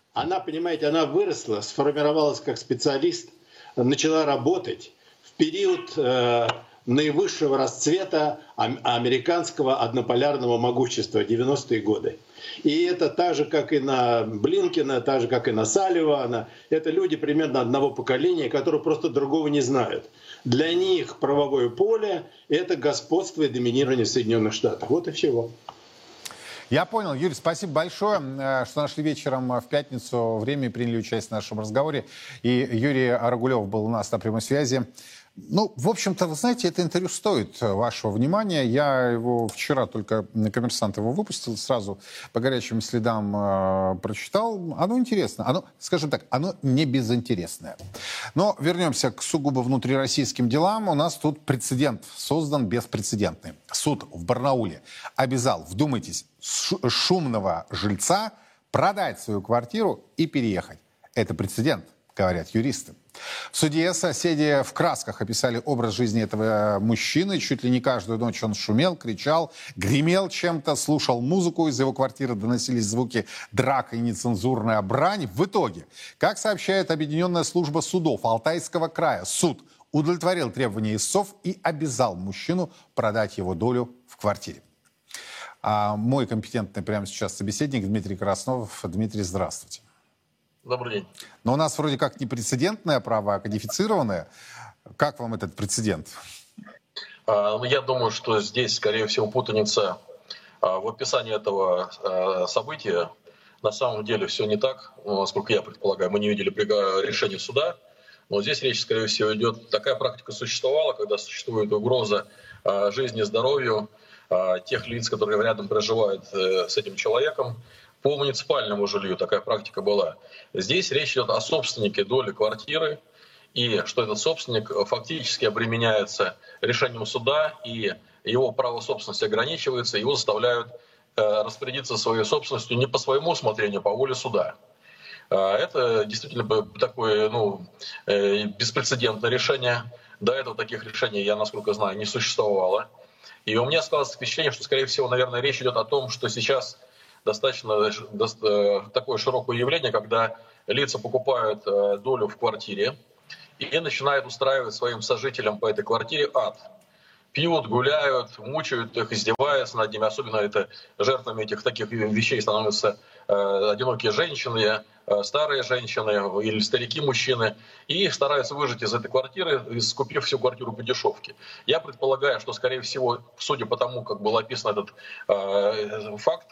Она, понимаете, она выросла, сформировалась как специалист, начала работать в период наивысшего расцвета американского однополярного могущества 90-е годы. И это так же, как и на Блинкена, так же, как и на Салливана. Это люди примерно одного поколения, которые просто другого не знают. Для них правовое поле – это господство и доминирование в Соединенных Штатах. Вот и всего. Я понял. Юрий, спасибо большое, что нашли вечером в пятницу время и приняли участие в нашем разговоре. И Юрий Арагулев был у нас на прямой связи. Ну, в общем-то, вы знаете, это интервью стоит вашего внимания. Я его вчера только на «Коммерсант» его выпустил, сразу по горячим следам прочитал. Оно интересно. Оно, скажем так, оно не безинтересное. Но вернемся к сугубо внутрироссийским делам. У нас тут прецедент создан беспрецедентный. Суд в Барнауле обязал, вдумайтесь, шумного жильца продать свою квартиру и переехать. Это прецедент, говорят юристы. В суде соседи в красках описали образ жизни этого мужчины. Чуть ли не каждую ночь он шумел, кричал, гремел чем-то, слушал музыку. Из его квартиры доносились звуки драк и нецензурная брань. В итоге, как сообщает Объединенная служба судов Алтайского края, суд удовлетворил требования истцов и обязал мужчину продать его долю в квартире. А мой компетентный прямо сейчас собеседник Дмитрий Краснов. Дмитрий, здравствуйте. Добрый день. Но у нас вроде как не прецедентное право, а кодифицированное. Как вам этот прецедент? Я думаю, что здесь, скорее всего, путаница в описании этого события. На самом деле все не так, насколько я предполагаю. Мы не видели решения суда. Но здесь речь, скорее всего, идет... Такая практика существовала, когда существует угроза жизни и здоровью тех лиц, которые рядом проживают с этим человеком. По муниципальному жилью такая практика была. Здесь речь идет о собственнике доли квартиры, и что этот собственник фактически обременяется решением суда, и его право собственности ограничивается, его заставляют распорядиться своей собственностью не по своему усмотрению, а по воле суда. Это действительно такое беспрецедентное решение. До этого таких решений, я, насколько знаю, не существовало. И у меня складывается впечатление, что, скорее всего, наверное, речь идет о том, что сейчас достаточно такое широкое явление, когда лица покупают долю в квартире и начинают устраивать своим сожителям по этой квартире ад. Пьют, гуляют, мучают их, издеваются над ними. Особенно это жертвами этих таких вещей становятся одинокие женщины, старые женщины или старики-мужчины. И вот выжить из этой квартиры, скупив всю квартиру по дешевке. Я предполагаю, что, скорее всего, судя по тому, как был описан этот факт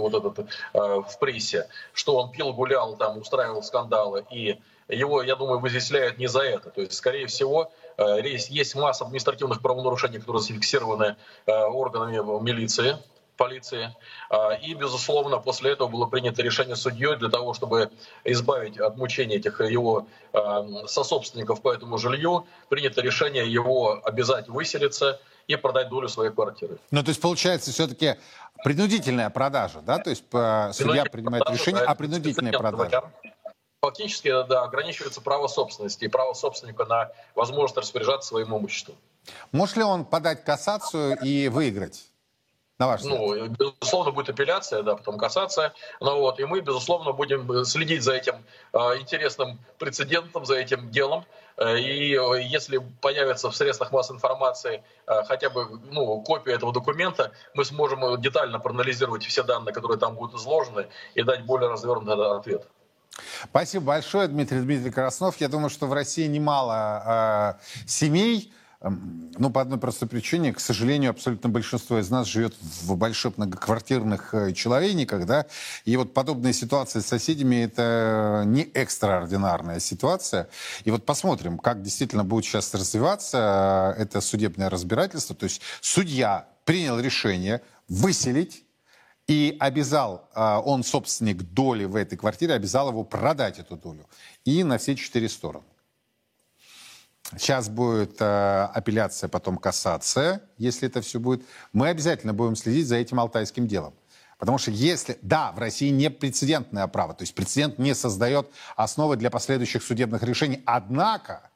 в прессе, что он пил, гулял, там, устраивал скандалы, и его, я думаю, вычисляют не за это. То есть, скорее всего, есть масса административных правонарушений, которые зафиксированы органами милиции, полиции. И, безусловно, после этого было принято решение судьей для того, чтобы избавить от мучений этих его сособственников по этому жилью, принято решение его обязать выселиться и продать долю своей квартиры. Ну, то есть, получается, все-таки принудительная продажа, да? То есть, судья принимает решение о принудительной продаже. Фактически, да, ограничивается право собственности и право собственника на возможность распоряжаться своим имуществом. Может ли он подать кассацию и выиграть? На ваш взгляд? Безусловно, будет апелляция, да, потом кассация. И мы, безусловно, будем следить за этим интересным прецедентом, за этим делом. И если появится в средствах массовой информации хотя бы копия этого документа, мы сможем детально проанализировать все данные, которые там будут изложены, и дать более развернутый ответ. Спасибо большое, Дмитрий Краснов. Я думаю, что в России немало семей. По одной простой причине, к сожалению, абсолютно большинство из нас живет в больших многоквартирных человейниках, да, и вот подобные ситуации с соседями — это не экстраординарная ситуация. И вот посмотрим, как действительно будет сейчас развиваться это судебное разбирательство. То есть судья принял решение выселить и обязал, он собственник доли в этой квартире, обязал его продать эту долю. И на все 4 стороны. Сейчас будет апелляция, потом кассация, если это все будет. Мы обязательно будем следить за этим алтайским делом. Потому что если... Да, в России не прецедентное право, то есть прецедент не создает основы для последующих судебных решений. Однако,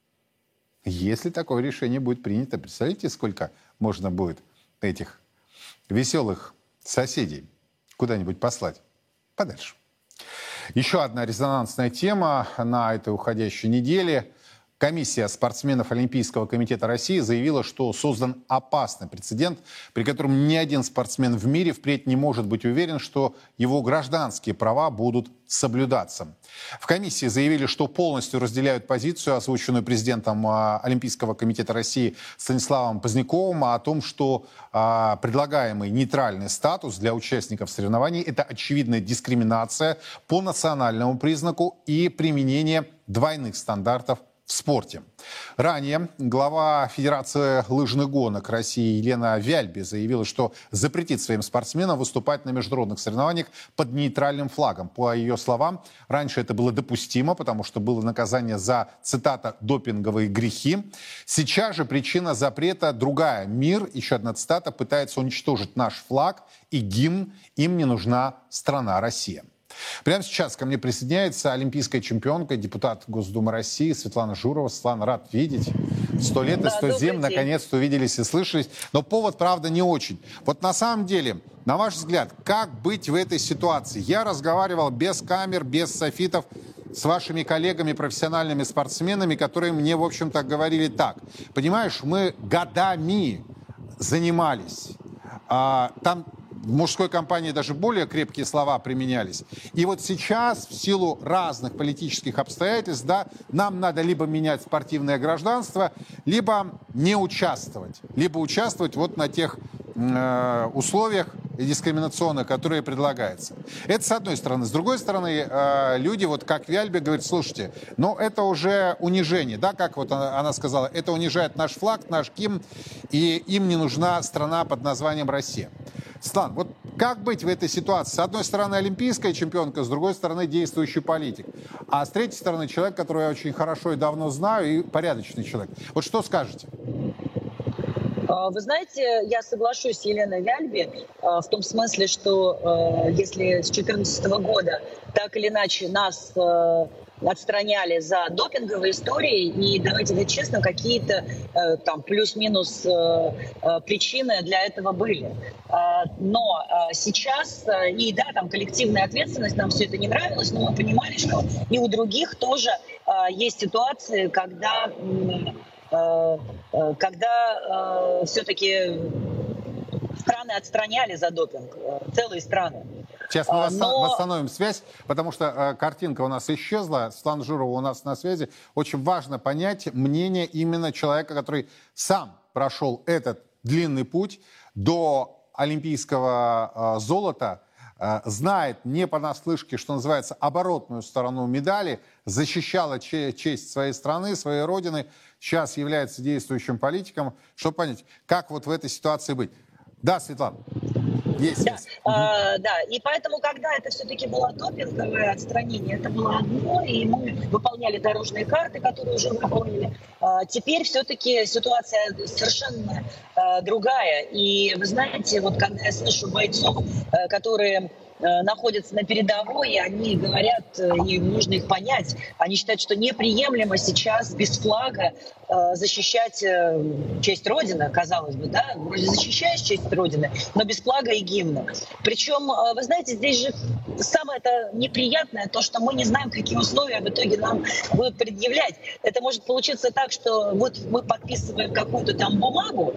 если такое решение будет принято, представляете, сколько можно будет этих веселых соседей куда-нибудь послать подальше. Еще одна резонансная тема на этой уходящей неделе. Комиссия спортсменов Олимпийского комитета России заявила, что создан опасный прецедент, при котором ни один спортсмен в мире впредь не может быть уверен, что его гражданские права будут соблюдаться. В комиссии заявили, что полностью разделяют позицию, озвученную президентом Олимпийского комитета России Станиславом Поздняковым, о том, что предлагаемый нейтральный статус для участников соревнований – это очевидная дискриминация по национальному признаку и применение двойных стандартов в спорте. Ранее глава Федерации лыжных гонок России Елена Вяльби заявила, что запретит своим спортсменам выступать на международных соревнованиях под нейтральным флагом. По ее словам, раньше это было допустимо, потому что было наказание за, цитата, «допинговые грехи». Сейчас же причина запрета другая. Мир, еще одна цитата, пытается уничтожить наш флаг и гимн. Им не нужна страна Россия. Прямо сейчас ко мне присоединяется олимпийская чемпионка, депутат Госдумы России Светлана Журова. Светлана, рад видеть. 100 лет и 100 зим, наконец-то увиделись и слышались. Но повод, правда, не очень. Вот на самом деле, на ваш взгляд, как быть в этой ситуации? Я разговаривал без камер, без софитов с вашими коллегами, профессиональными спортсменами, которые мне, в общем-то, говорили так. Понимаешь, мы годами занимались. Там в мужской компании даже более крепкие слова применялись. И вот сейчас, в силу разных политических обстоятельств, да, нам надо либо менять спортивное гражданство, либо не участвовать. Либо участвовать вот на тех условиях дискриминационных, которые предлагаются. Это с одной стороны. С другой стороны, люди, вот как Вяльби, говорят, слушайте, но это уже унижение, да, как вот она сказала, это унижает наш флаг, наш гимн, и им не нужна страна под названием Россия. Светлана, вот как быть в этой ситуации? С одной стороны, олимпийская чемпионка, с другой стороны, действующий политик. А с третьей стороны, человек, которого я очень хорошо и давно знаю, и порядочный человек. Вот что скажете? Вы знаете, я соглашусь с Еленой Вяльби в том смысле, что если с 2014 года так или иначе нас отстраняли за допинговые истории, и давайте быть честным, какие-то там плюс-минус причины для этого были. Но сейчас, и да, там коллективная ответственность, нам все это не нравилось, но мы понимали, что и у других тоже есть ситуации, когда все-таки страны отстраняли за допинг, целые страны. Сейчас мы восстановим связь, потому что картинка у нас исчезла. Светлана Журова у нас на связи. Очень важно понять мнение именно человека, который сам прошел этот длинный путь до олимпийского золота, знает не понаслышке, что называется, оборотную сторону медали, защищала честь своей страны, своей родины, сейчас является действующим политиком. Чтобы понять, как вот в этой ситуации быть. Да, Светлана. Есть. Да, да, и поэтому, когда это все-таки было допинговое отстранение, это было одно, и мы выполняли дорожные карты, которые уже выполнили. Теперь все-таки ситуация совершенно другая. И вы знаете, вот когда я слышу бойцов, которые находятся на передовой, и они говорят, и нужно их понять, они считают, что неприемлемо сейчас без флага защищать честь Родины, казалось бы, да, вроде защищаешь честь Родины, но без флага и гимна. Причем, вы знаете, здесь же самое это неприятное, то, что мы не знаем, какие условия в итоге нам будут предъявлять. Это может получиться так, что вот мы подписываем какую-то там бумагу,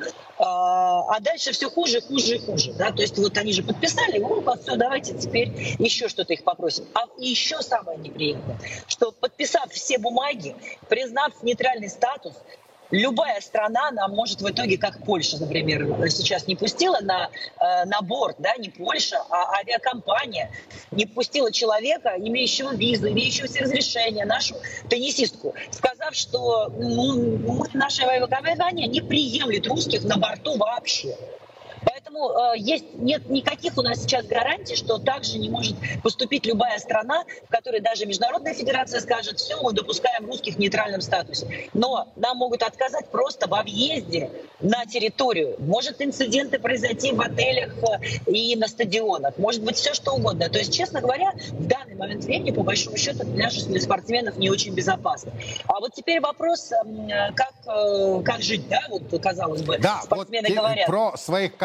а дальше все хуже, хуже и хуже, да, то есть вот они же подписали, вот, все, давайте теперь еще что-то их попросим. А еще самое неприятное, что подписав все бумаги, признав нейтральный статус, любая страна нам может в итоге, как Польша, например, сейчас не пустила на борт, да, не Польша, а авиакомпания не пустила человека, имеющего визу, имеющего все разрешения, нашу теннисистку, сказав, что наша авиакомпания не приемлет русских на борту вообще. Поэтому нет никаких у нас сейчас гарантий, что также не может поступить любая страна, в которой даже Международная федерация скажет, все, мы допускаем русских в нейтральном статусе. Но нам могут отказать просто в въезде на территорию. Может инциденты произойти в отелях и на стадионах. Может быть все что угодно. То есть, честно говоря, в данный момент времени, по большому счету, для спортсменов не очень безопасно. А вот теперь вопрос, как жить, да, вот казалось бы, да, спортсмены вот говорят. Про своих коллег.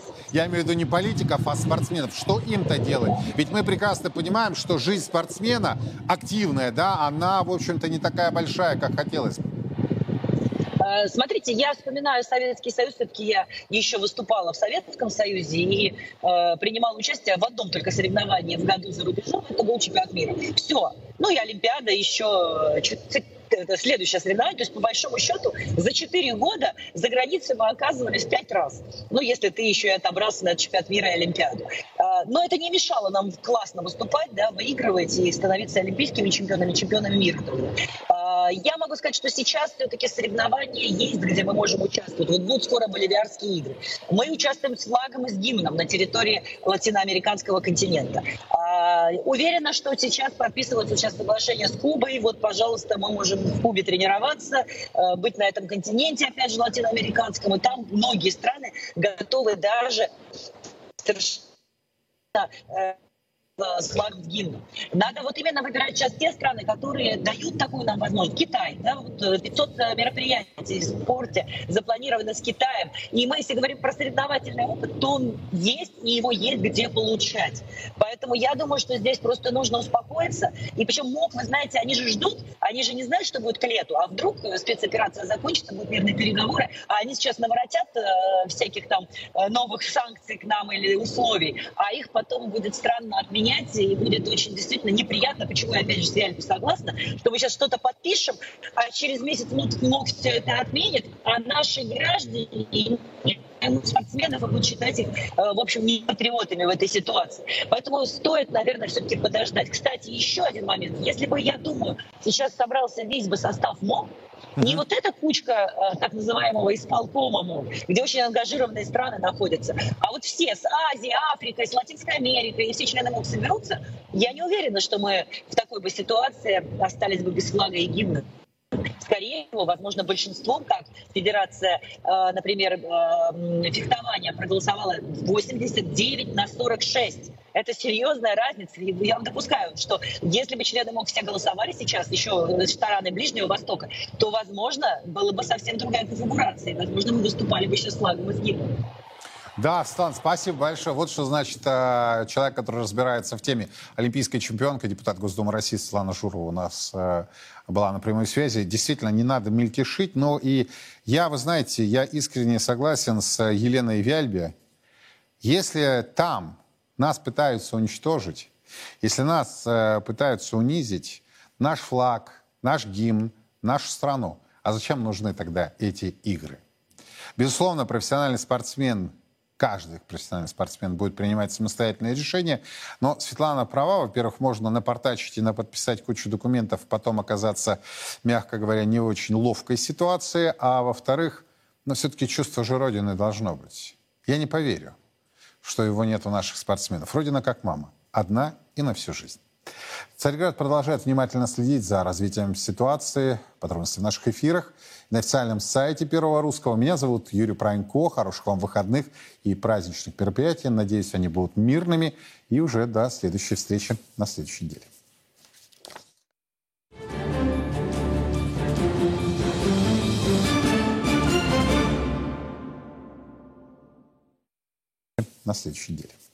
Я имею в виду не политиков, а спортсменов. Что им-то делать? Ведь мы прекрасно понимаем, что жизнь спортсмена активная, да, она, в общем-то, не такая большая, как хотелось бы. Смотрите, я вспоминаю Советский Союз, все-таки я еще выступала в Советском Союзе и принимала участие в одном только соревновании в году за рубежом, это был чемпионат мира. Все. Ну и Олимпиада еще это следующее соревнование. То есть, по большому счету, за 4 года за границей мы оказывались 5 раз. Ну, если ты еще и отобрался на чемпионат мира и Олимпиаду. Но это не мешало нам классно выступать, да, выигрывать и становиться олимпийскими чемпионами, чемпионами мира. Я могу сказать, что сейчас все-таки соревнования есть, где мы можем участвовать. Вот будут скоро Боливиарские игры. Мы участвуем с флагом и с гимном на территории латиноамериканского континента. Уверена, что сейчас подписывается соглашение с Кубой. Вот, пожалуйста, мы можем в Кубе тренироваться, быть на этом континенте, опять же, латиноамериканском. И там многие страны готовы даже с флагом, с гимном. Надо вот именно выбирать сейчас те страны, которые дают такую нам возможность. Китай, да, вот 500 мероприятий в спорте запланировано с Китаем. И мы, если говорим про соревновательный опыт, то он есть, и его есть где получать. Поэтому я думаю, что здесь просто нужно успокоиться. И причем МОК, вы знаете, они же ждут, они же не знают, что будет к лету, а вдруг спецоперация закончится, будут мирные переговоры, а они сейчас наворотят всяких там новых санкций к нам или условий, а их потом будет странно отменять, и будет очень действительно неприятно. Почему я, опять же, с Яльпой согласна, что мы сейчас что-то подпишем, а через месяц МОК все это отменит, а наши граждане и спортсменов будут считать их, в общем, не патриотами в этой ситуации. Поэтому стоит, наверное, все-таки подождать. Кстати, еще один момент. Если бы, я думаю, сейчас собрался весь бы состав МОК, не вот эта кучка так называемого исполкома МОК, где очень ангажированные страны находятся, а вот все с Азией, Африкой, с Латинской Америкой, и все члены МОК соберутся, я не уверена, что мы в такой бы ситуации остались бы без флага и гимна. Скорее всего, возможно, большинством, как Федерация, например, фехтования проголосовала 89-46. Это серьезная разница. И я допускаю, что если бы члены МОК все голосовали сейчас, еще страны Ближнего Востока, то, возможно, была бы совсем другая конфигурация. Возможно, мы выступали бы еще с флагом и с гимном. Да, Стан, спасибо большое. Вот что значит человек, который разбирается в теме. Олимпийская чемпионка, депутат Госдумы России Светлана Шурова у нас была на прямой связи. Действительно, не надо мельтешить, но и я, вы знаете, я искренне согласен с Еленой Вяльбе. Если там нас пытаются уничтожить, если нас пытаются унизить, наш флаг, наш гимн, нашу страну, а зачем нужны тогда эти игры? Безусловно, профессиональный спортсмен, каждый профессиональный спортсмен будет принимать самостоятельные решения. Но Светлана права. Во-первых, можно напортачить и наподписать кучу документов, потом оказаться, мягко говоря, не в очень ловкой ситуации. А во-вторых, но все-таки чувство же Родины должно быть. Я не поверю, что его нет у наших спортсменов. Родина как мама. Одна и на всю жизнь. Царьград продолжает внимательно следить за развитием ситуации. Подробности в наших эфирах. На официальном сайте Первого Русского. Меня зовут Юрий Пронько. Хороших вам выходных и праздничных мероприятий. Надеюсь, они будут мирными. И уже до следующей встречи на следующей неделе. На следующей неделе.